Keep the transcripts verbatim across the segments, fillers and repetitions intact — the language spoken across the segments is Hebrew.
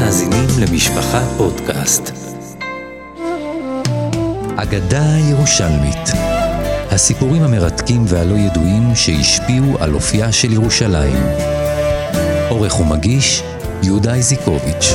מאזינים למשפחה פודקאסט. אגדה ירושלמית. הסיפורים המרתקים והלא ידועים שהשפיעו על אופייה של ירושלים. עורך ומגיש יהודה איזיקוביץ'.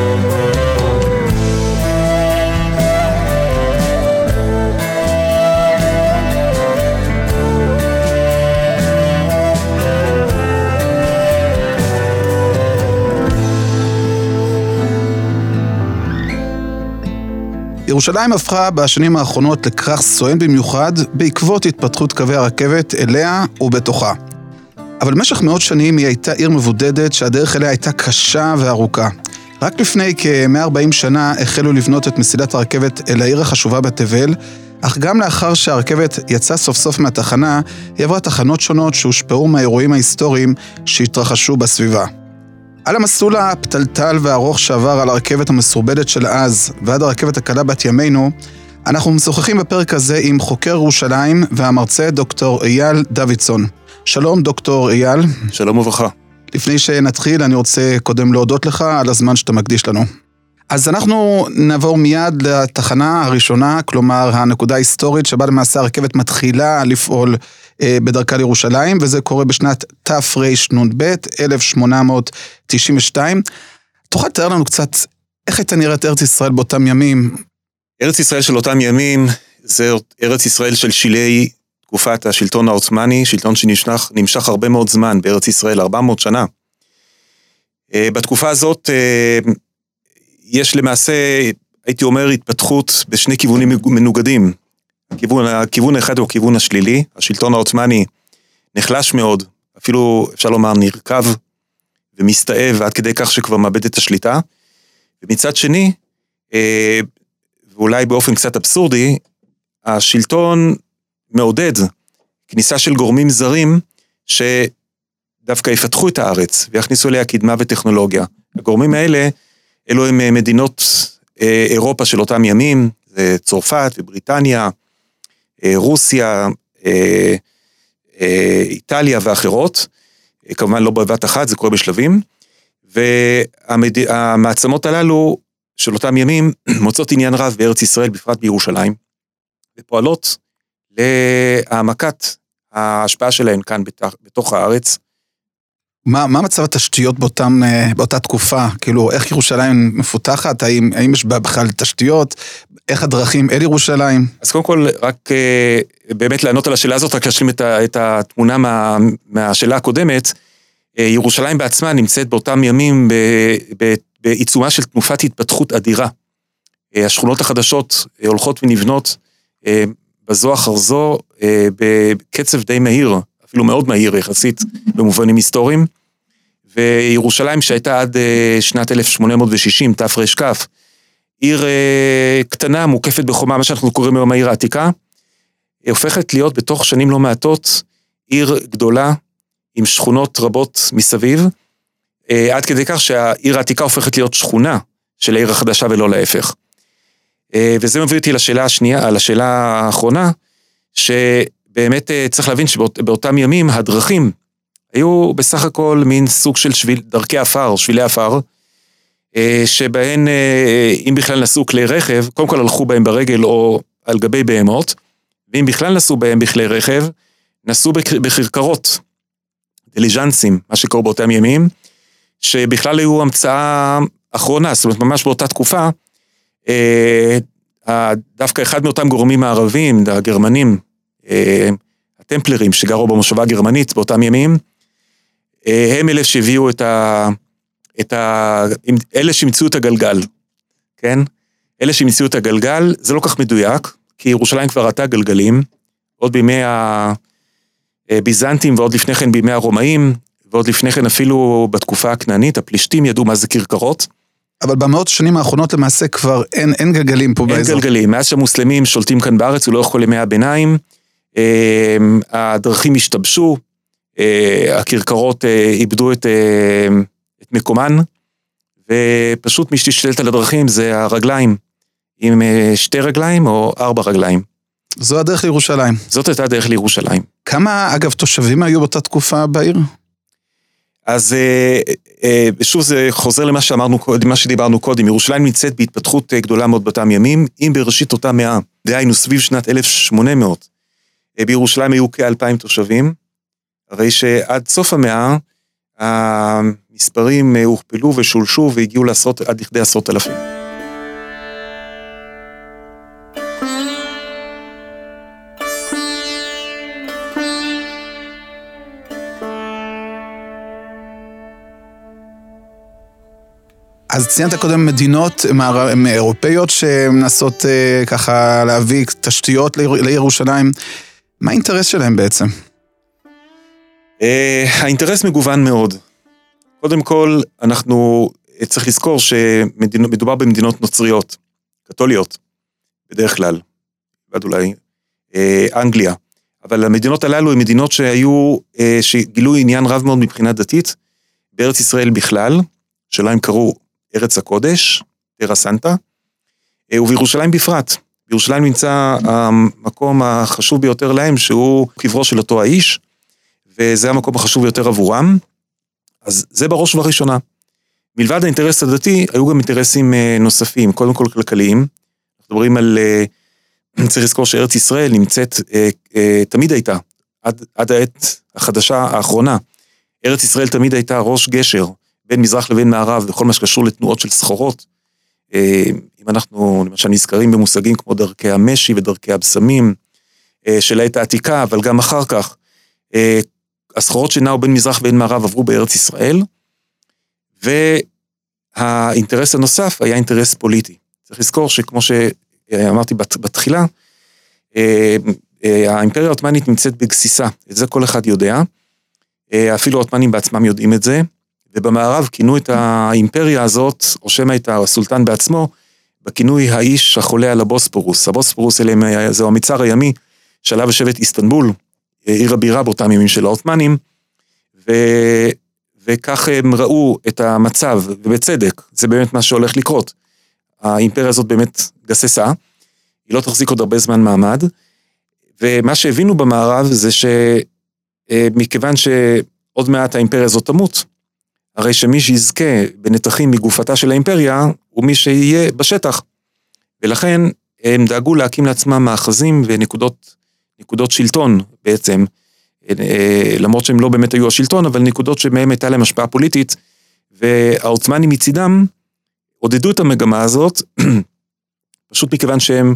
ירושלים הפכה בשנים האחרונות לכרך סואן במיוחד בעקבות התפתחות קווי הרכבת אליה ובתוכה. אבל במשך מאות שנים היא הייתה עיר מבודדת שהדרך אליה הייתה קשה וארוכה. רק לפני כ-מאה וארבעים שנה החלו לבנות את מסילת הרכבת אל העיר החשובה בתבל, אך גם לאחר שהרכבת יצאה סוף סוף מהתחנה, היא עברה תחנות שונות שהושפעו מהאירועים ההיסטוריים שהתרחשו בסביבה. על המסלול הפתלתל והארוך שעבר על הרכבת המסורבדת של אז ועד הרכבת הקלה בת ימינו, אנחנו משוחחים בפרק הזה עם חוקר ירושלים והמרצה דוקטור אייל דוידסון. שלום דוקטור אייל. שלום וברכה. לפני שנתחיל אני רוצה קודם להודות לך על הזמן שאתה מקדיש לנו. אז אנחנו נעבור מיד לתחנה הראשונה, כלומר הנקודה ההיסטורית שבה למעשה הרכבת מתחילה לפעול אה, בדרכה לירושלים, וזה קורה בשנת תרנ"ב, אלף שמונה מאות תשעים ושתיים. תוכל לתאר לנו קצת איך הייתה נראית ארץ ישראל באותם ימים? ארץ ישראל של אותם ימים זה ארץ ישראל של שילי תקופת השלטון העות'מאני, שלטון שנמשך נמשך הרבה מאוד זמן בארץ ישראל, ארבע מאות שנה. אה, בתקופה הזאת אה, יש למעשה, הייתי אומר, התפתחות בשני כיוונים מנוגדים. הכיוון, הכיוון האחד הוא הכיוון השלילי, השלטון העות'מאני נחלש מאוד, אפילו אפשר לומר נרכב ומסתאב עד כדי כך שכבר מאבד את השליטה. ומצד שני, ואולי באופן קצת אבסורדי, השלטון מעודד כניסה של גורמים זרים שדווקא יפתחו את הארץ ויכניסו אליה קדמה וטכנולוגיה. הגורמים האלה, אלו הם מדינות אירופה של אותם ימים, זה צרפת ובריטניה, רוסיה, איטליה ואחרות, כמובן לא בבת אחת, זה קורה בשלבים, והמעצמות הללו של אותם ימים מוצאות עניין רב בארץ ישראל, בפרט בירושלים, ופועלות להעמקת ההשפעה שלהן כאן בתוך הארץ. מה, מה מצב התשתיות באותם, באותה תקופה? כאילו, איך ירושלים מפותחת? האם, האם יש בכלל תשתיות? איך הדרכים אל ירושלים? אז קודם כל, רק באמת לענות על השאלה הזאת, רק להשלים את, את התמונה מה, מהשאלה הקודמת. ירושלים בעצמה נמצאת באותם ימים ב, ב, בעיצומה של תנופת התפתחות אדירה. השכונות החדשות הולכות ונבנות בזו אחר זו בקצב די מהיר, אפילו מאוד מהיר יחסית במובנים היסטוריים, וירושלים שהייתה עד שנת אלף שמונה מאות ושישים, תר"כ, עיר קטנה, מוקפת בחומה, מה שאנחנו קוראים היום העיר העתיקה, הופכת להיות בתוך שנים לא מעטות, עיר גדולה, עם שכונות רבות מסביב, עד כדי כך שהעיר העתיקה הופכת להיות שכונה של העיר החדשה ולא להפך. וזה מביא אותי לשאלה השנייה, על השאלה האחרונה, ש... באמת צריך להבין שבאותם ימים הדרכים היו בסך הכל מין סוג של שביל, דרכי אפר, שבילי אפר, שבהן אם בכלל נסעו כלי רכב, קודם כל הלכו בהם ברגל או על גבי בהמות, ואם בכלל נסעו בהם בכלי רכב, נסעו בכרכרות, דליז'נסים, מה שקורה באותם ימים, שבכלל היו המצאה אחרונה, זאת אומרת ממש באותה תקופה, דווקא אחד מאותם גורמים הערבים, הגרמנים, הטמפלרים שגרו במושבה הגרמנית באותם ימים, הם אלה שהביאו את ה... את ה... אלה שהמציאו את הגלגל, כן? אלה שהמציאו את הגלגל, זה לא כך מדויק, כי ירושלים כבר ראתה גלגלים, עוד בימי הביזנטים, ועוד לפני כן בימי הרומאים, ועוד לפני כן אפילו בתקופה הכנענית, הפלישתים ידעו מה זה כרכרות. אבל במאות השנים האחרונות למעשה כבר אין, אין גלגלים פה באזור. אין גלגלים, מאז שהמוסלמים שולטים כאן בארץ, ולא כל ימי הביניים, הדרכים השתבשו, הכרכרות איבדו את, את מקומן, ופשוט מי שתשתלט על הדרכים זה הרגליים, עם שתי רגליים או ארבע רגליים. זו הדרך לירושלים. זאת הייתה הדרך לירושלים. כמה, אגב, תושבים היו באותה תקופה בעיר? אז שוב זה חוזר למה שאמרנו קודם, מה שדיברנו קודם, ירושלים נמצאת בהתפתחות גדולה מאוד באותם ימים, אם בראשית אותה מאה, דהיינו סביב שנת אלף ושמונה מאות, בירושלים היו כאלפיים תושבים, הרי שעד סוף המאה, המספרים הוכפלו ושולשו והגיעו לעשרות, עד לכדי עשרות אלפים. אז ציינת קודם מדינות אירופאיות שמנסות ככה להביא תשתיות לירושלים. מה האינטרס שלהם בעצם? האינטרס מגוון מאוד. קודם כל, אנחנו צריך לזכור שמדובר במדינות נוצריות, קתוליות, בדרך כלל, ועד אולי אנגליה. אבל המדינות הללו הן מדינות שהיו, שגילו עניין רב מאוד מבחינה דתית, בארץ ישראל בכלל, שלה הם קראו ארץ הקודש, טרה סנטה, ובירושלים בפרט. בירושלים נמצא המקום החשוב ביותר להם, שהוא קברו של אותו האיש, וזה המקום החשוב ביותר עבורם. אז זה בראש ובראשונה. מלבד האינטרס הדתי, היו גם אינטרסים נוספים, קודם כל כלכליים. אנחנו מדברים על, צריך לזכור שארץ ישראל נמצאת, תמיד הייתה, עד, עד העת החדשה האחרונה, ארץ ישראל תמיד הייתה ראש גשר, בין מזרח לבין מערב, בכל מה שקשור לתנועות של סחורות. אם אנחנו, למשל, נזכרים במושגים כמו דרכי המשי ודרכי הבשמים, של העת העתיקה, אבל גם אחר כך, הסחורות שנעו בין מזרח ובין מערב עברו בארץ ישראל, והאינטרס הנוסף היה אינטרס פוליטי. צריך לזכור שכמו שאמרתי בתחילה, האימפריה העות'מאנית נמצאת בגסיסה, את זה כל אחד יודע, אפילו העות'מאנים בעצמם יודעים את זה, ובמערב כינו את האימפריה הזאת, או שמה את הסולטן בעצמו, בכינוי האיש החולה על הבוספורוס. הבוספורוס זהו המצר הימי, שעליו יושבת איסטנבול, עיר הבירה באותם ימים של העות'מאנים, ו... וכך הם ראו את המצב, ובצדק, זה באמת מה שהולך לקרות. האימפריה הזאת באמת גססה, היא לא תחזיק עוד הרבה זמן מעמד, ומה שהבינו במערב זה שמכיוון שעוד מעט האימפריה הזאת תמות, הרי שמי שיזכה בנתחים מגופתה של האימפריה, הוא מי שיהיה בשטח. ולכן הם דאגו להקים לעצמם מאחזים ונקודות נקודות שלטון בעצם, למרות שהם לא באמת היו השלטון, אבל נקודות שמהם הייתה להם השפעה פוליטית, והעות'מאנים מצידם עודדו את המגמה הזאת, פשוט מכיוון שהם,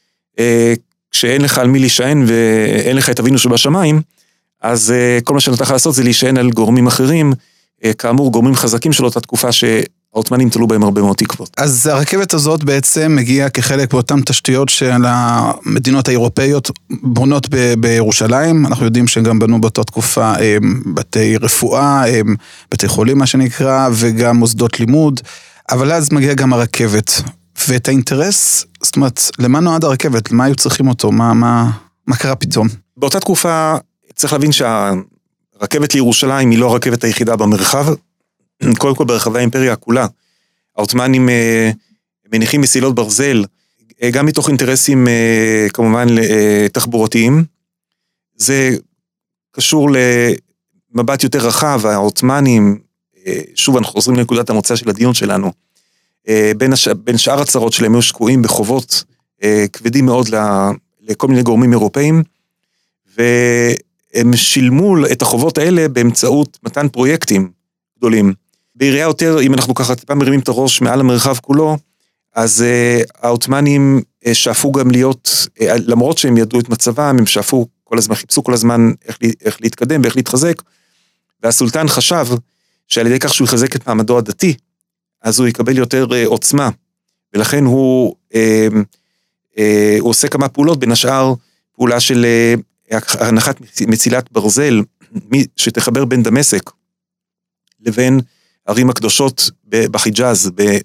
כשאין לך על מי להישען ואין לך את אבינו שבשמיים, אז כל מה שנותר לך לעשות זה להישען על גורמים אחרים, כאמור גורמים חזקים של אותה תקופה שהעות'מאנים תלו בהם הרבה מאוד תקוות. אז הרכבת הזאת בעצם מגיעה כחלק באותן תשתיות של המדינות האירופאיות בונות ב- בירושלים, אנחנו יודעים שהם גם בנו באותה תקופה בתי רפואה, בתי חולים מה שנקרא, וגם מוסדות לימוד, אבל אז מגיעה גם הרכבת, ואת האינטרס, זאת אומרת, למה נועד הרכבת? למה היו צריכים אותו? מה, מה, מה קרה פתאום? באותה תקופה צריך להבין שה... רכבת לירושלים היא לא הרכבת היחידה במרחב, קודם כל ברחבי האימפריה כולה. העות'מאנים מניחים מסילות ברזל, גם מתוך אינטרסים כמובן תחבורתיים. זה קשור למבט יותר רחב, העות'מאנים, שוב אנחנו חוזרים לנקודת המוצא של הדיון שלנו, בין, הש... בין שאר הצרות שלהם היו שקועים בחובות כבדים מאוד לכל מיני גורמים אירופאים, ו... הם שילמו את החובות האלה באמצעות מתן פרויקטים גדולים. בעירייה יותר, אם אנחנו ככה טיפה מרימים את הראש מעל המרחב כולו, אז uh, העות'מאנים uh, שאפו גם להיות, uh, למרות שהם ידעו את מצבם, הם שאפו כל הזמן, חיפשו כל הזמן איך, איך להתקדם ואיך להתחזק, והסולטן חשב שעל ידי כך שהוא יחזק את מעמדו הדתי, אז הוא יקבל יותר uh, עוצמה, ולכן הוא, uh, uh, הוא עושה כמה פעולות, בין השאר פעולה של... Uh, הנחת מצילת ברזל שתחבר בין דמשק לבין ערים הקדושות בחיג'אז,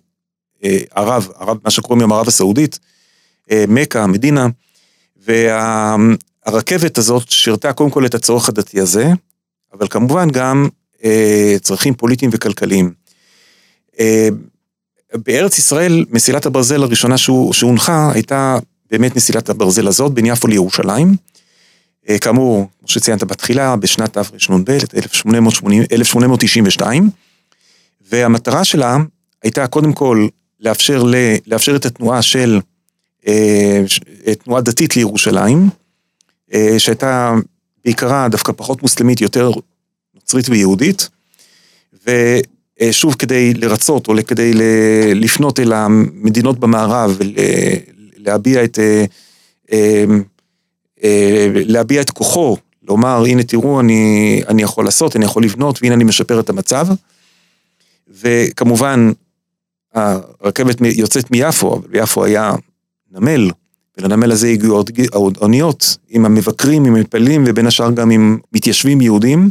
בערב, ערב, מה שקוראים היום ערב הסעודית, מקה, מדינה, והרכבת הזאת שירתה קודם כל את הצורך הדתי הזה, אבל כמובן גם צרכים פוליטיים וכלכליים. בארץ ישראל, מסילת הברזל הראשונה שהונחה, הייתה באמת מסילת הברזל הזאת, בין יפו לירושלים, כאמור, כמו שציינת בתחילה, בשנת תרנ"ב, אלף שמונה מאות תשעים ושתיים, והמטרה שלה הייתה קודם כל לאפשר, לאפשר את התנועה של, תנועה דתית לירושלים, שהייתה בעיקרה דווקא פחות מוסלמית, יותר נוצרית ויהודית, ושוב כדי לרצות, או כדי לפנות אל המדינות במערב, ולהביע את, להביע את כוחו, לומר, הנה תראו, אני, אני יכול לעשות, אני יכול לבנות, והנה אני משפר את המצב, וכמובן, הרכבת יוצאת מיפו, אבל ביפו היה נמל, ולנמל הזה הגיעו עוד אוניות, עם המבקרים, עם מפלים, ובין השאר גם עם מתיישבים יהודים,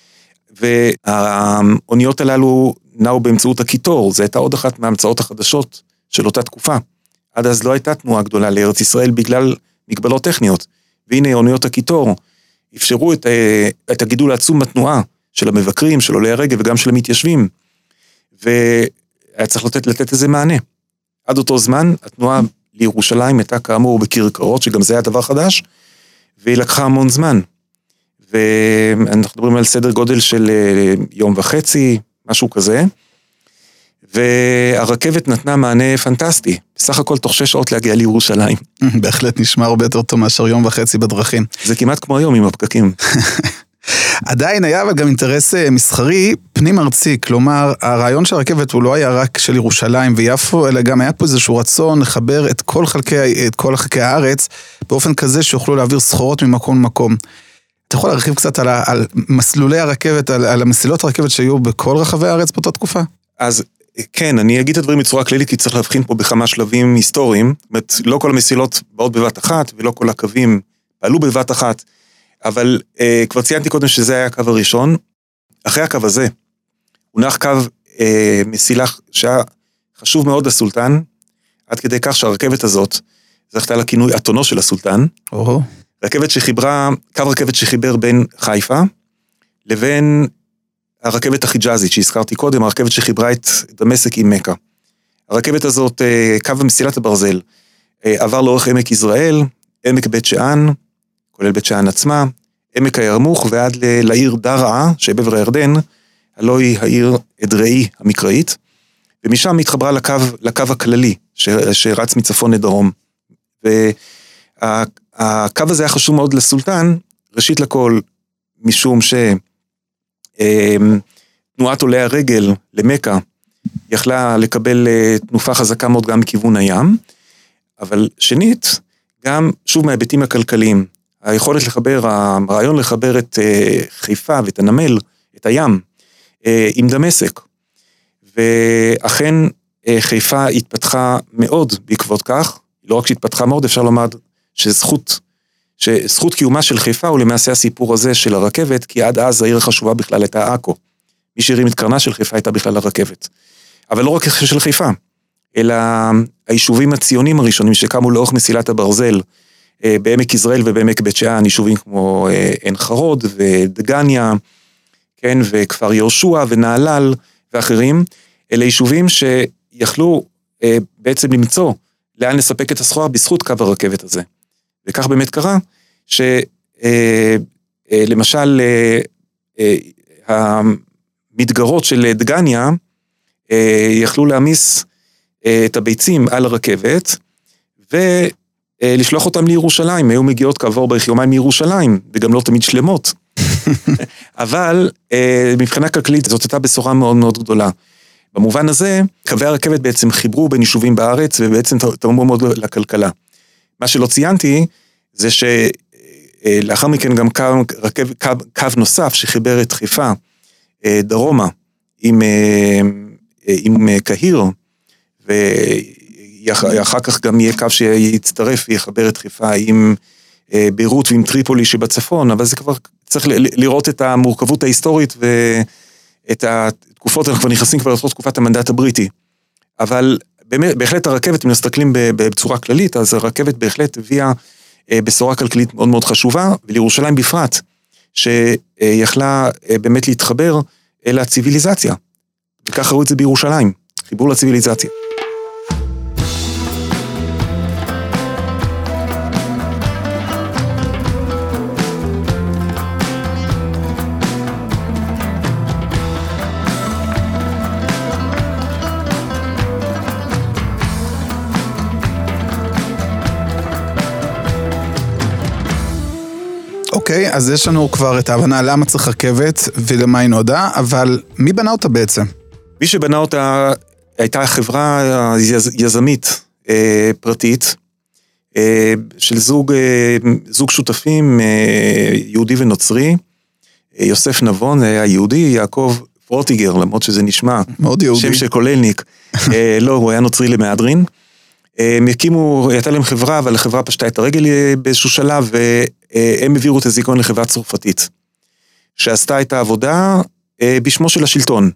והאוניות הללו נעו באמצעות הקיטור, זו הייתה עוד אחת מההמצאות החדשות של אותה תקופה. עד אז לא הייתה תנועה גדולה לארץ ישראל, בגלל מגבלות טכניות, והנה אוניות הקיטור, אפשרו את, את הגידול העצום בתנועה, של המבקרים, של עולי הרגל, וגם של המתיישבים, והיה צריך לתת, לתת איזה מענה. עד אותו זמן, התנועה לירושלים הייתה כאמור בכרכרות, שגם זה היה דבר חדש, והיא לקחה המון זמן. ואנחנו מדברים על סדר גודל של יום וחצי, משהו כזה, והרכבת נתנה מענה פנטסטי, בסך הכל תוך שש שעות להגיע לירושלים. בהחלט נשמע הרבה יותר טוב מאשר יום וחצי בדרכים. זה כמעט כמו היום עם הפקקים. עדיין היה אבל גם אינטרס מסחרי פנים ארצי, כלומר הרעיון של הרכבת הוא לא היה רק של ירושלים ויפו, אלא גם היה פה איזשהו רצון לחבר את כל חלקי, את כל חלקי הארץ, באופן כזה שיוכלו להעביר סחורות ממקום למקום. אתה יכול להרחיב קצת על, על מסלולי הרכבת, על, על המסילות הרכבת שהיו בכל רחבי הארץ באותה תקופה? אז כן, אני אגיד את הדברים בצורה כללית, כי צריך להבחין פה בכמה שלבים היסטוריים, זאת אומרת, לא כל המסילות באות בבת אחת, ולא כל הקווים פעלו בבת אחת, אבל אה, כבר ציינתי קודם שזה היה הקו הראשון. אחרי הקו הזה, הונח קו אה, מסילה שהיה חשוב מאוד לסולטן, עד כדי כך שהרכבת הזאת, זכתה לכינוי אתונו של הסולטן, או. רכבת שחיברה, קו רכבת שחיבר בין חיפה, לבין הרכבת החיג'אזית שהזכרתי קודם, הרכבת שחיברה את דמשק עם מקה. הרכבת הזאת, אה, קו המסילת הברזל, אה, עבר לאורך עמק יזרעאל, עמק בית שאן, כולל בית שאן עצמה, עמק הירמוך ועד לעיר דרעה, שבעבר הירדן, הלא היא העיר אדראי המקראית, ומשם התחברה לקו, לקו הכללי, ש, שרץ מצפון לדרום. והקו הזה היה חשוב מאוד לסולטן, ראשית לכל, משום שתנועת עולי הרגל למקה, יכלה לקבל תנופה חזקה מאוד גם מכיוון הים, אבל שנית, גם שוב מההיבטים הכלכליים, היכולת לחבר, הרעיון לחבר את חיפה ואת הנמל, את הים, עם דמשק. ואכן חיפה התפתחה מאוד בעקבות כך, לא רק שהתפתחה מאוד, אפשר לומר שזכות, שזכות קיומה של חיפה הוא למעשה הסיפור הזה של הרכבת, כי עד אז העיר החשובה בכלל הייתה עכו. מי שהרים את קרנה של חיפה הייתה בכלל הרכבת. אבל לא רק של חיפה, אלא היישובים הציונים הראשונים שקמו לאורך מסילת הברזל, בעמק יזרעאל ובעמק בית שאן, יישובים כמו עין חרוד ודגניה, כן, וכפר יהושע ונהלל ואחרים, אלה יישובים שיכלו בעצם למצוא לאן לספק את הסחורה בזכות קו הרכבת הזה. וכך באמת קרה, שלמשל המתגרות של דגניה יכלו להמיס את הביצים על הרכבת, ולשלוח אותם לירושלים, היו מגיעות כעבור בערך יומיים מירושלים, וגם לא תמיד שלמות. אבל מבחינה כלכלית זאת הייתה בשורה מאוד מאוד גדולה. במובן הזה, קווי הרכבת בעצם חיברו בין יישובים בארץ, ובעצם תרמו מאוד לכלכלה. מה שלא ציינתי, זה שלאחר מכן גם קו, רכב, קו, קו נוסף שחיבר את חיפה דרומה עם, עם קהיר, ואחר כך גם יהיה קו שיצטרף ויחבר את חיפה עם ביירות ועם טריפולי שבצפון, אבל זה כבר צריך לראות את המורכבות ההיסטורית ואת התקופות, אנחנו כבר נכנסים כבר לתוך תקופת המנדט הבריטי. אבל בהחלט הרכבת, אם נסתכלים בצורה כללית, אז הרכבת בהחלט הביאה בשורה כלכלית מאוד מאוד חשובה, ולירושלים בפרט, שיכלה באמת להתחבר אל הציביליזציה. וכך ראו את זה בירושלים, חיבור לציביליזציה. אוקיי, אז יש לנו כבר את ההבנה למה צריך רכבת ולמה היא נועדה, אבל מי בנה אותה בעצם? מי שבנה אותה הייתה חברה יז, יזמית אה, פרטית, אה, של זוג, אה, זוג שותפים, אה, יהודי ונוצרי, אה, יוסף נבון היה יהודי, יעקב פרוטיגר, למרות שזה נשמע, מאוד יהודי. שם של כוללניק, אה, לא, הוא היה נוצרי למהדרין, הם הקימו, הייתה להם חברה, אבל החברה פשטה את הרגל באיזשהו שלב, והם העבירו את הזיכיון לחברה צרפתית, שעשתה את העבודה בשמו של השלטון.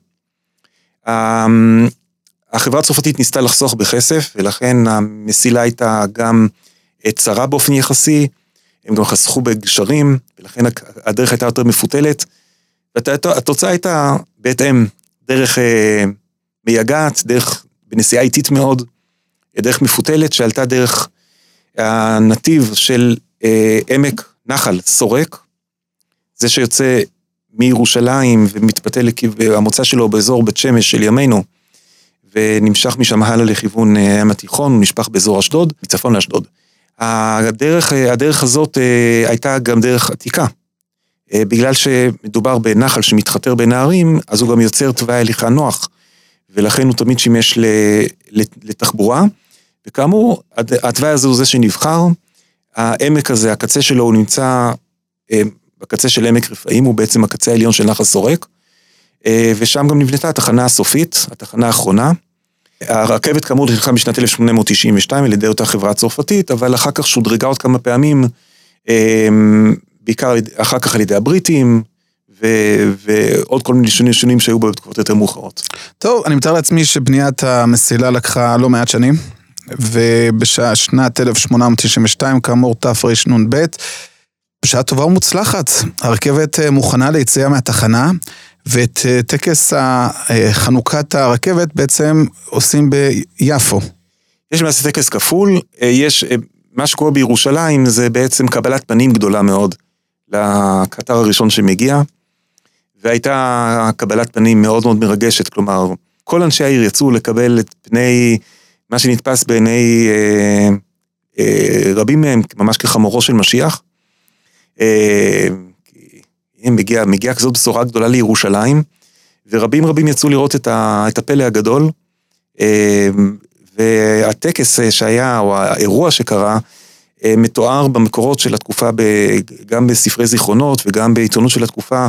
החברה הצרפתית ניסתה לחסוך בכסף, ולכן המסילה הייתה גם צרה באופן יחסי, הם גם חסכו בגשרים, ולכן הדרך הייתה יותר מפותלת, והתוצאה הייתה בהתאם, דרך מייגעת, דרך בנסיעה איטית מאוד, דרך מפותלת שעלתה דרך הנתיב של אה, עמק נחל סורק, זה שיוצא מירושלים ומתפתל המוצא שלו באזור בית שמש של ימינו, ונמשך משם הלאה לכיוון הים התיכון, הוא נשפך באזור אשדוד, מצפון לאשדוד. הדרך, הדרך הזאת אה, הייתה גם דרך עתיקה, אה, בגלל שמדובר בנחל שמתחתר בין הערים, אז הוא גם יוצר תוואי הליכה נוח, ולכן הוא תמיד שימש לתחבורה, וכאמור, התוואי הזה הוא זה שנבחר, העמק הזה, הקצה שלו הוא נמצא, בקצה של עמק רפאים, הוא בעצם הקצה העליון של נחל סורק, ושם גם נבנתה התחנה הסופית, התחנה האחרונה, הרכבת כאמור נלכה בשנת אלף שמונה מאות תשעים ושתיים על ידי אותה חברה צרפתית, אבל אחר כך שודרגה עוד כמה פעמים, בעיקר אחר כך על ידי הבריטים, ו- ועוד כל מיני שונים שונים שהיו בו בתקופות יותר מאוחרות. טוב, אני מתאר לעצמי שבניית המסילה לקחה לא מעט שנים, ובשנת אלף שמונה מאות תשעים ושתיים, כאמור תרנ"ב, בשעה טובה ומוצלחת, הרכבת מוכנה ליציאה מהתחנה, ואת טקס חנוכת הרכבת בעצם עושים ביפו. יש מעשה טקס כפול, יש, מה שקורה בירושלים זה בעצם קבלת פנים גדולה מאוד, לקטר הראשון שמגיע, והייתה קבלת פנים מאוד מאוד מרגשת, כלומר, כל אנשי העיר יצאו לקבל את פני, מה שנתפס בעיני אה, אה, רבים מהם, ממש כחמורו של משיח, אה, מגיע, מגיע כזאת בשורה גדולה לירושלים, ורבים רבים יצאו לראות את, ה, את הפלא הגדול, אה, והטקס שהיה, או האירוע שקרה, מתואר במקורות של התקופה, גם בספרי זיכרונות, וגם בעיתונות של התקופה,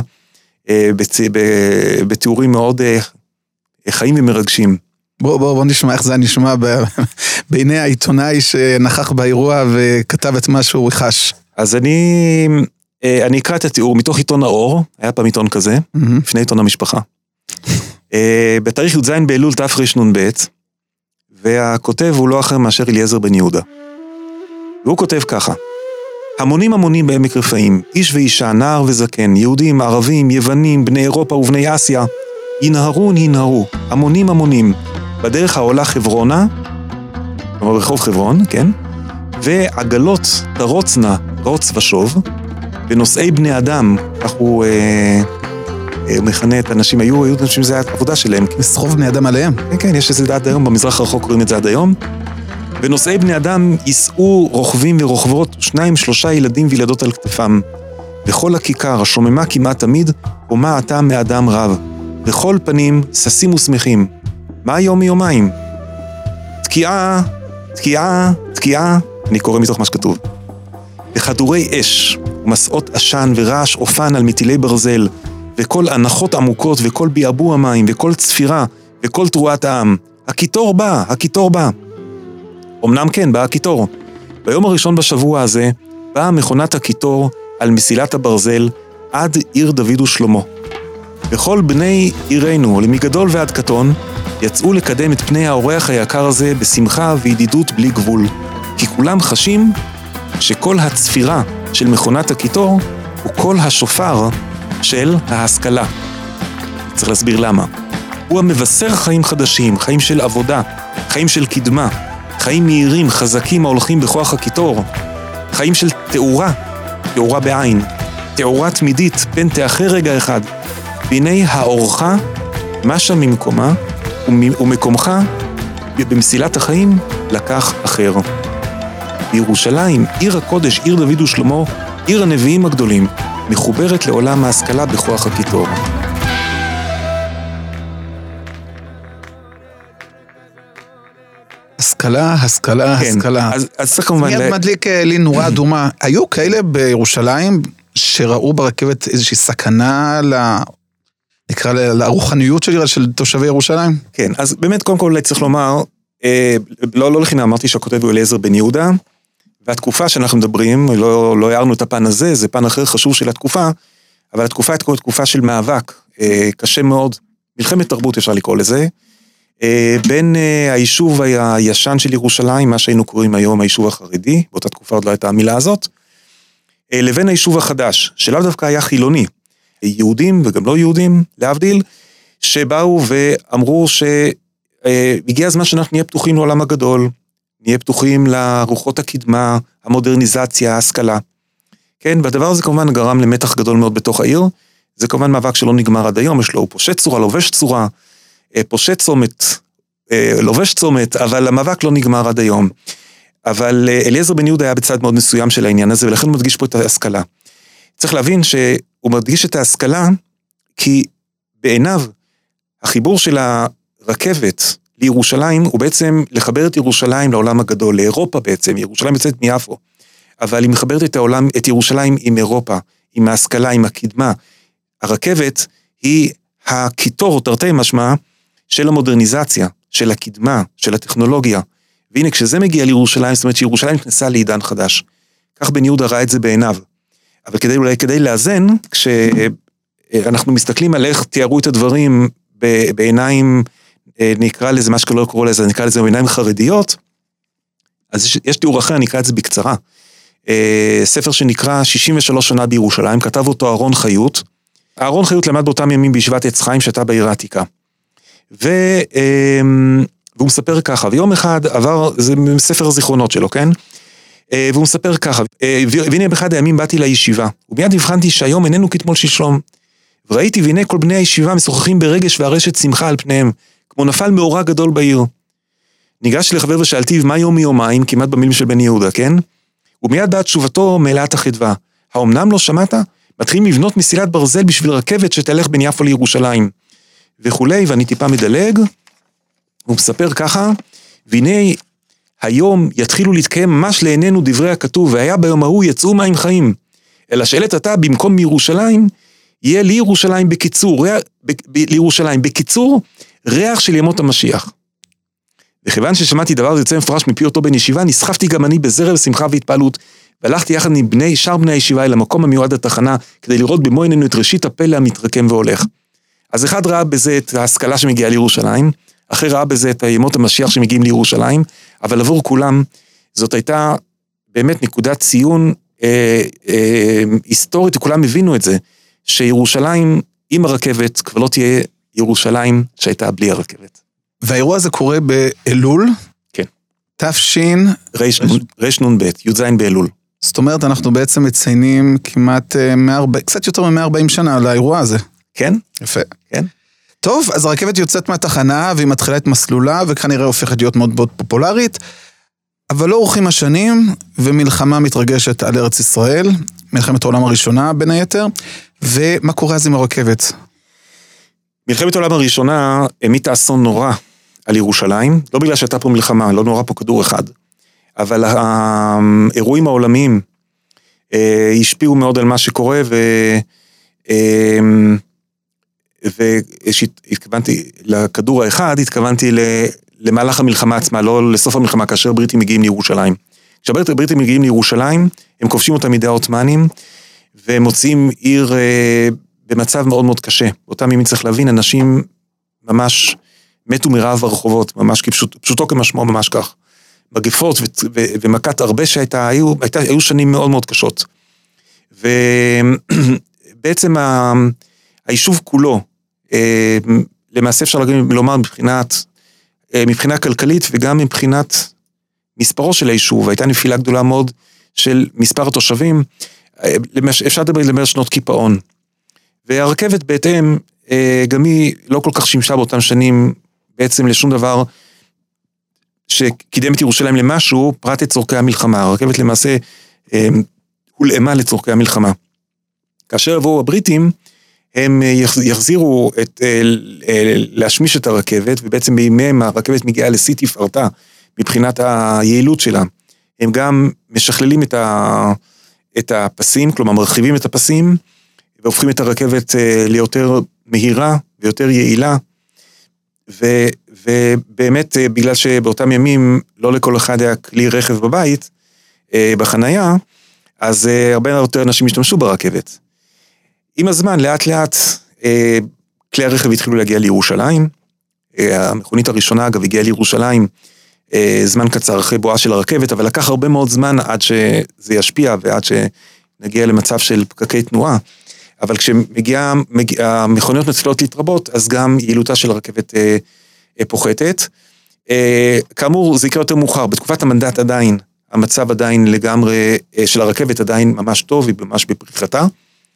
בתיאורים מאוד חיים ומרגשים. בוא, בוא, בוא נשמע איך זה נשמע בעיני העיתונאי שנכח באירוע וכתב את מה שהוא ריחש. אז אני, אני אקרא את התיאור מתוך עיתון האור, היה פעם עיתון כזה, לפני עיתון המשפחה. בתאריך י"ז באלול תרנ"ב, והכותב הוא לא אחר מאשר אליעזר בן יהודה. והוא כותב ככה: המונים המונים בעמק רפאים, איש ואישה, נער וזקן, יהודים, ערבים, יוונים, בני אירופה ובני אסיה, ינהרו ננהרו, המונים המונים, בדרך העולה חברונה, כלומר רחוב חברון, כן? ועגלות תרוצנה, רוץ ושוב, ונושאי בני אדם, כך הוא אה, אה, מכנה את האנשים, היו, היו אנשים, זה העבודה שלהם. לסחוב בני אדם עליהם. כן, כן, יש איזה עד היום, במזרח הרחוק קוראים את זה עד היום. ונושאי בני אדם יישאו רוכבים ורוכבות, שניים שלושה ילדים וילדות על כתפם. בכל הכיכר השוממה כמעט תמיד, ומה הטעם מאדם רב. בכל פנים, ססים ושמחים. מה היום מיומיים? תקיעה, תקיעה, תקיעה, אני קורא מתוך מה שכתוב. בכדורי אש, ומסעות עשן ורעש אופן על מטילי ברזל, וכל הנחות עמוקות, וכל ביעבוע מים, וכל צפירה, וכל תרועת העם. הכיתור בא, הכיתור בא. אמנם כן, בא הכיתור. ביום הראשון בשבוע הזה, באה מכונת הכיתור על מסילת הברזל עד עיר דוד ושלמה. וכל בני עירנו, למגדול ועד קטון, יצאו לקדם את פני האורח היקר הזה בשמחה וידידות בלי גבול. כי כולם חשים שכל הצפירה של מכונת הכיתור הוא כל השופר של ההשכלה. צריך להסביר למה. הוא המבשר חיים חדשים, חיים של עבודה, חיים של קדמה, חיים מהירים, חזקים ההולכים בכוח הכיתור, חיים של תאורה, תאורה בעין, תאורה תמידית, פן תאחר רגע אחד. והנה האורך, משה ממקומה, ומקומך במסילת החיים לקח אחר. בירושלים, עיר הקודש, עיר דוד ושלמה, עיר הנביאים הגדולים, מחוברת לעולם ההשכלה בכוח הקיטור. השכלה, השכלה, כן, השכלה. אז, אז צריך כמובן... מיד מדליק לי נורה אדומה. היו כאלה בירושלים שראו ברכבת איזושהי סכנה ל... נקרא לרוחניות של, של תושבי ירושלים? כן, אז באמת קודם כל צריך לומר, אה, לא, לא לכינה, אמרתי שהכותב הוא אליעזר בן יהודה, והתקופה שאנחנו מדברים, לא, לא הערנו את הפן הזה, זה פן אחר חשוב של התקופה, אבל התקופה הייתה תקופה של מאבק, אה, קשה מאוד, מלחמת תרבות אפשר לקרוא לזה, אה, בין אה, היישוב הישן של ירושלים, מה שהיינו קוראים היום היישוב החרדי, באותה תקופה עוד לא הייתה המילה הזאת, אה, לבין היישוב החדש, שלאו דווקא היה חילוני, יהודים וגם לא יהודים, להבדיל, שבאו ואמרו שהגיע הזמן שאנחנו נהיה פתוחים לעולם הגדול, נהיה פתוחים לרוחות הקדמה, המודרניזציה, ההשכלה. כן, והדבר הזה כמובן גרם למתח גדול מאוד בתוך העיר, זה כמובן מאבק שלא נגמר עד היום, יש לו פושט צורה, לובש צורה, פושט צומת, לובש צומת, אבל המאבק לא נגמר עד היום. אבל אליעזר בן יהודה היה בצד מאוד מסוים של העניין הזה, ולכן הוא מדגיש פה את ההשכלה. צריך להבין שהוא מדגיש את ההשכלה, כי בעיניו החיבור של הרכבת לירושלים, הוא בעצם לחבר את ירושלים לעולם הגדול, לאירופה בעצם, ירושלים יוצאת מיפו, אבל היא מחברת את העולם, את ירושלים עם אירופה, עם ההשכלה, עם הקדמה. הרכבת היא הקיטור, תרתי משמע, של המודרניזציה, של הקדמה, של הטכנולוגיה. והנה, כשזה מגיע לירושלים, זאת אומרת שירושלים נכנסה לעידן חדש. כך בן יהודה ראה את זה בעיניו. אבל כדי, אולי כדי לאזן, כשאנחנו מסתכלים על איך תיארו את הדברים בעיניים, נקרא לזה מה שלא קורא לזה, נקרא לזה בעיניים חרדיות, אז יש, יש תיאור אחר, נקרא את זה בקצרה. ספר שנקרא שישים ושלוש שנה בירושלים, כתב אותו אהרון חיות. אהרון חיות למד באותם ימים בישיבת עץ חיים, שהייתה בעיר העתיקה. ו, והוא מספר ככה, ויום אחד עבר, זה ספר הזיכרונות שלו, כן? והוא מספר ככה, והנה באחד הימים באתי לישיבה, ומיד הבחנתי שהיום איננו כתמול שלשום, וראיתי והנה כל בני הישיבה משוחחים ברגש והרשת שמחה על פניהם, כמו נפל מאורע גדול בעיר. ניגשתי לחבר ושאלתי, מה יום מיומיים, כמעט במילים של בן יהודה, כן? ומיד באה תשובתו מלאת החדווה, האומנם לא שמעת? מתחילים לבנות מסילת ברזל בשביל רכבת שתלך בין יפו לירושלים, וכולי, ואני טיפה מדלג, הוא מספר ככה, והנה היום יתחילו להתקיים ממש לעינינו דברי הכתוב, והיה ביום ההוא יצאו מים חיים. אלא שאלת אתה, במקום מירושלים, יהיה לירושלים בקיצור, ריח, ב, ב, לירושלים בקיצור, ריח של ימות המשיח. וכיוון ששמעתי דבר זה יוצא מפרש מפי אותו בן ישיבה, נסחפתי גם אני בזרם שמחה והתפעלות, והלכתי יחד עם בני, שאר בני הישיבה אל המקום המיועד לתחנה, כדי לראות במו עינינו את ראשית הפלא המתרקם והולך. אז אחד ראה בזה את ההשכלה שמגיעה לירושלים, אחר ראה בזה את ימות המשיח שמגיעים לירושלים, אבל עבור כולם, זאת הייתה באמת נקודת ציון אה, אה, היסטורית, וכולם הבינו את זה, שירושלים עם הרכבת כבר לא תהיה ירושלים שהייתה בלי הרכבת. והאירוע הזה קורה באלול? כן. תפשין? רש נון בית, י"ז באלול. זאת אומרת, אנחנו בעצם מציינים כמעט מאה וארבעים, קצת יותר מ-מאה וארבעים שנה על האירוע הזה. כן? יפה. כן. טוב, אז הרכבת יוצאת מהתחנה, והיא מתחילה את מסלולה, וכנראה הופכת להיות מאוד מאוד פופולרית, אבל לא אורחים השנים, ומלחמה מתרגשת על ארץ ישראל, מלחמת העולם הראשונה בין היתר, ומה קורה אז עם הרכבת? מלחמת העולם הראשונה המיטה אסון נורא על ירושלים, לא בגלל שהייתה פה מלחמה, לא נורא פה כדור אחד, אבל האירועים העולמיים אה, השפיעו מאוד על מה שקורה, ו... אה, והתכוונתי לכדור האחד, התכוונתי למהלך המלחמה עצמה, לא לסוף המלחמה, כאשר בריטים מגיעים לירושלים. כשהבריטים מגיעים לירושלים, הם כובשים אותם מידי העות'מאנים, והם מוצאים עיר במצב מאוד מאוד קשה. באותם ימים צריך להבין, אנשים ממש מתו מרעב ברחובות, ממש כפשוט, פשוטו כמשמעו ממש כך. מגפות ו- ו- ומכת הרבה שהייתה, היו, הייתה, היו שנים מאוד מאוד קשות. ובעצם ה- היישוב כולו, למעשה אפשר לומר מבחינת, מבחינה כלכלית וגם מבחינת מספרו של היישוב, הייתה נפילה גדולה מאוד של מספר התושבים, אפשר לדבר על שנות קיפאון. והרכבת בהתאם, גם היא לא כל כך שימשה באותם שנים, בעצם לשום דבר שקידם את ירושלים למשהו, פרט את צורכי המלחמה. הרכבת למעשה הולאמה לצורכי המלחמה. כאשר יבואו הבריטים, הם יחזירו את, להשמיש את הרכבת, ובעצם בימיהם הרכבת מגיעה לשיא תפארתה, מבחינת היעילות שלה. הם גם משכללים את, ה, את הפסים, כלומר מרחיבים את הפסים, והופכים את הרכבת ליותר מהירה ויותר יעילה, ו, ובאמת בגלל שבאותם ימים לא לכל אחד היה כלי רכב בבית, בחנייה, אז הרבה יותר אנשים השתמשו ברכבת. עם הזמן, לאט לאט, כלי הרכב התחילו להגיע לירושלים, המכונית הראשונה אגב הגיעה לירושלים, זמן קצר אחרי בואה של הרכבת, אבל לקח הרבה מאוד זמן עד שזה ישפיע, ועד שנגיע למצב של פקקי תנועה, אבל כשמגיעה, המכוניות מתחילות להתרבות, אז גם יעילותה של הרכבת פוחתת. כאמור, זה יקרה יותר מאוחר, בתקופת המנדט עדיין, המצב עדיין לגמרי, של הרכבת עדיין ממש טוב, היא ממש בפריחתה.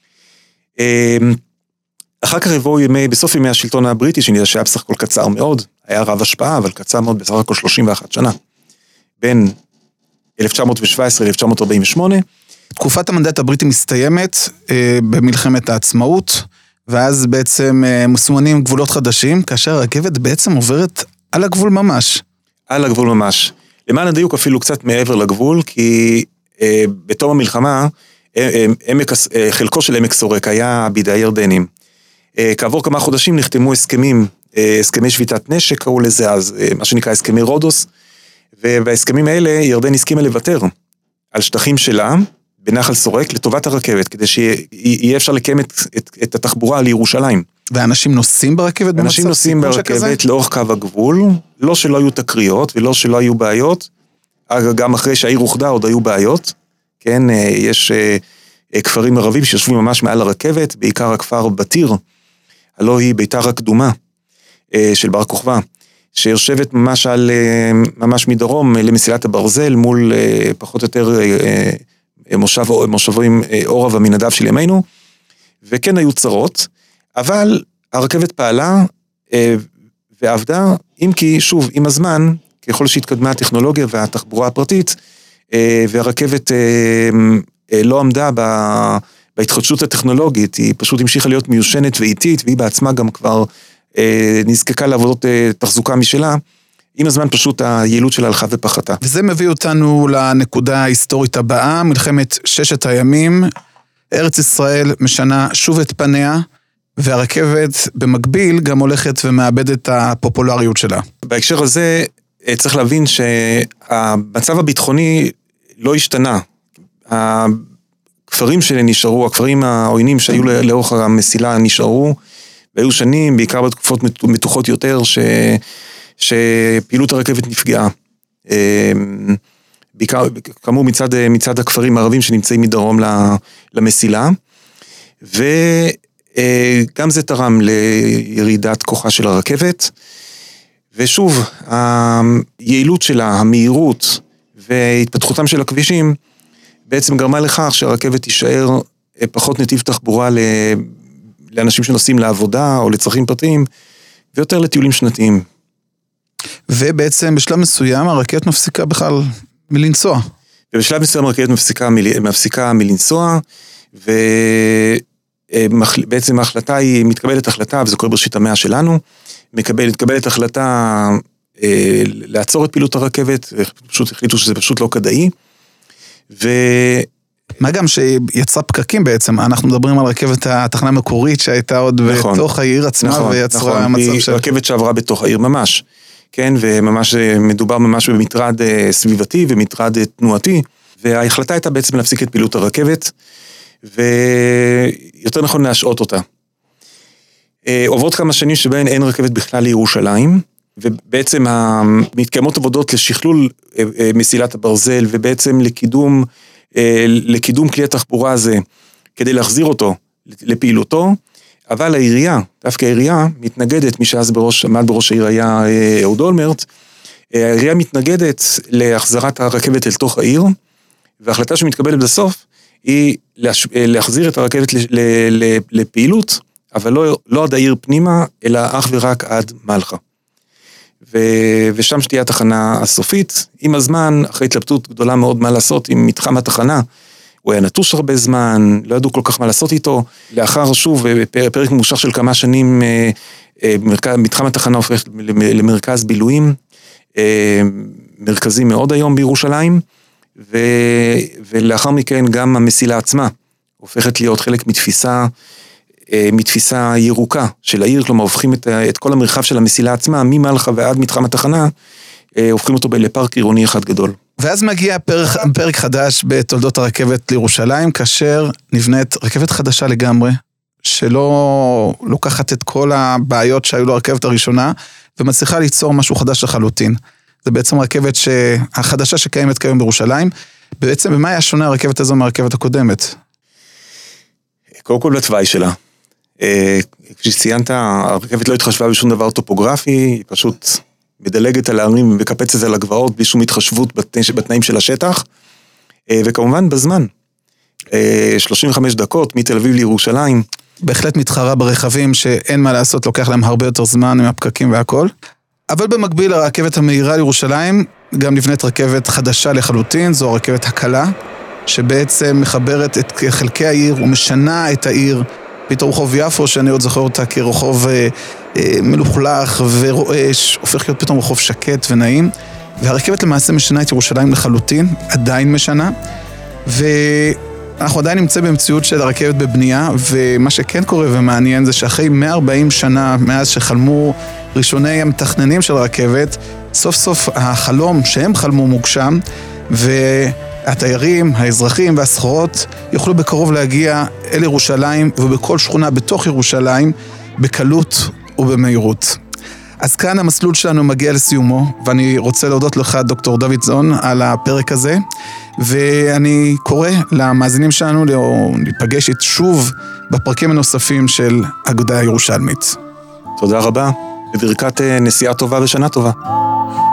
אחר כך יבואו ימי, בסוף ימי השלטון הבריטי, שנראה שהיה בסך הכל קצר מאוד, היה רב השפעה, אבל קצר מאוד, בסך הכל שלושים ואחת שנה, בין אלף תשע מאות שבע עשרה אלף תשע מאות ארבעים ושמונה. תקופת המנדט הבריטי מסתיימת אה, במלחמת העצמאות, ואז בעצם אה, מסומנים גבולות חדשים, כאשר הרכבת בעצם עוברת על הגבול ממש. על הגבול ממש. למען הדיוק אפילו קצת מעבר לגבול, כי אה, בתום המלחמה, אה, עמק, אה, חלקו של עמק סורק היה בידי הירדנים. אה, כעבור כמה חודשים נחתמו הסכמים, אה, הסכמי שביתת נשק, קראו לזה אז, אה, מה שנקרא הסכמי רודוס, ובהסכמים האלה ירדן הסכימה לוותר על שטחים שלה, בנחל סורק, לטובת הרכבת, כדי שיהיה אפשר לקיים את, את, את התחבורה לירושלים. ואנשים נוסעים ברכבת? אנשים נוסעים ברכבת לאורך קו הגבול, לא שלא היו תקריות, ולא שלא היו בעיות, גם אחרי שהעיר אוחדה עוד היו בעיות, כן, יש כפרים ערבים שיושבים ממש מעל הרכבת, בעיקר הכפר בתיר, הלא היא ביתר הקדומה, של בר כוכבא, שיושבת ממש על, ממש מדרום למסילת הברזל, מול פחות או יותר מושב, מושבים אורה ומנדב של ימינו, וכן היו צרות, אבל הרכבת פעלה ועבדה, אם כי שוב, עם הזמן, ככל שהתקדמה הטכנולוגיה והתחבורה הפרטית, והרכבת לא עמדה בהתחדשות הטכנולוגית, היא פשוט המשיכה להיות מיושנת ואיטית, והיא בעצמה גם כבר נזקקה לעבודות תחזוקה משלה, עם הזמן פשוט היעילות שלה הלכה ופחתה. וזה מביא אותנו לנקודה ההיסטורית הבאה, מלחמת ששת הימים, ארץ ישראל משנה שוב את פניה, והרכבת במקביל גם הולכת ומאבדת את הפופולריות שלה. בהקשר הזה צריך להבין שהמצב הביטחוני לא השתנה. הכפרים שלה נשארו, הכפרים העוינים שהיו לאורך המסילה נשארו, והיו שנים, בעיקר בתקופות מתוחות יותר, ש... שפעילות הרכבת נפגעה. בעיקר, כאמור, מצד, מצד הכפרים הערבים שנמצאים מדרום למסילה, וגם זה תרם לירידת כוחה של הרכבת, ושוב, היעילות שלה, המהירות והתפתחותם של הכבישים, בעצם גרמה לכך שהרכבת תישאר פחות נתיב תחבורה לאנשים שנוסעים לעבודה או לצרכים פרטיים, ויותר לטיולים שנתיים. ובעצם בשלב מסוים הרכבת מפסיקה בכלל מלנסוע. ובשלב מסוים הרכבת מפסיקה, מפסיקה מלנסוע, ובעצם ההחלטה היא, מתקבלת החלטה, וזה קורה בראשית המאה שלנו, מקבלת, מתקבלת החלטה אה, לעצור את פעילות הרכבת, ופשוט החליטו שזה פשוט לא כדאי, ו... מה גם שיצרה פקקים בעצם, אנחנו מדברים על רכבת התחנה המקורית שהייתה עוד נכון, בתוך העיר עצמה, נכון, ויצרה נכון, מצב של... רכבת שעברה בתוך העיר ממש, כן, וממש מדובר ממש במטרד סביבתי ומטרד תנועתי, וההחלטה הייתה בעצם להפסיק את פעילות הרכבת, ויותר נכון להשעות אותה. עוברות כמה שנים שבהן אין רכבת בכלל לירושלים, ובעצם מתקיימות עבודות לשכלול מסילת הברזל, ובעצם לקידום, לקידום כלי התחבורה הזה, כדי להחזיר אותו לפעילותו, אבל העירייה, דווקא העירייה, מתנגדת, מי שאז בראש, עמד בראש העיר היה אהוד אולמרט, העירייה מתנגדת להחזרת הרכבת אל תוך העיר, וההחלטה שמתקבלת בסוף, היא להחזיר את הרכבת לפעילות, אבל לא, לא עד העיר פנימה, אלא אך ורק עד מלחה. ו, ושם שתהיה התחנה הסופית, עם הזמן, אחרי התלבטות גדולה מאוד מה לעשות עם מתחם התחנה, הוא היה נטוש הרבה זמן, לא ידעו כל כך מה לעשות איתו. לאחר, שוב, פרק ממושך של כמה שנים, מתחם התחנה הופך למרכז בילויים, מרכזי מאוד היום בירושלים, ו... ולאחר מכן גם המסילה עצמה הופכת להיות חלק מתפיסה, מתפיסה ירוקה של העיר, כלומר הופכים את, את כל המרחב של המסילה עצמה, ממלחה ועד מתחם התחנה, הופכים אותו לפארק עירוני אחד גדול. ואז מגיע פרק, פרק חדש בתולדות הרכבת לירושלים, כאשר נבנית רכבת חדשה לגמרי, שלא לוקחת את כל הבעיות שהיו לו הרכבת הראשונה, ומצליחה ליצור משהו חדש לחלוטין. זה בעצם רכבת החדשה שקיימת כיום בירושלים. בעצם במה היה שונה הרכבת הזו מהרכבת הקודמת? קודם כל לתוואי שלה. כפי שציינת, הרכבת לא התחשבה בשום דבר טופוגרפי, היא פשוט מדלגת על הערים וקפצת על הגבעות, בלי שום התחשבות בתנאים של השטח, וכמובן בזמן. שלושים וחמש דקות מתל אביב לירושלים. בהחלט מתחרה ברכבים שאין מה לעשות, לוקח להם הרבה יותר זמן עם הפקקים והכל. אבל במקביל הרכבת המהירה לירושלים, גם נבנית רכבת חדשה לחלוטין, זו הרכבת הקלה, שבעצם מחברת את חלקי העיר ומשנה את העיר, פתאום רחוב יפו, שאני עוד זוכר אותה כרחוב אה, אה, מלוכלך ורועש, הופך להיות פתאום רחוב שקט ונעים, והרכבת למעשה משנה את ירושלים לחלוטין, עדיין משנה, ואנחנו עדיין נמצא במציאות של הרכבת בבנייה, ומה שכן קורה ומעניין זה שאחרי מאה וארבעים שנה, מאז שחלמו ראשוני המתכננים של הרכבת, סוף סוף החלום שהם חלמו מוגשם, והתיירים, האזרחים והסחורות יוכלו בקרוב להגיע אל ירושלים ובכל שכונה בתוך ירושלים בקלות ובמהירות. אז כאן המסלול שלנו מגיע לסיומו, ואני רוצה להודות לך דוקטור דוידזון על הפרק הזה, ואני קורא למאזינים שלנו להיפגש שוב בפרקים הנוספים של אגדה ירושלמית. תודה רבה, וברכת נסיעה טובה ושנה טובה.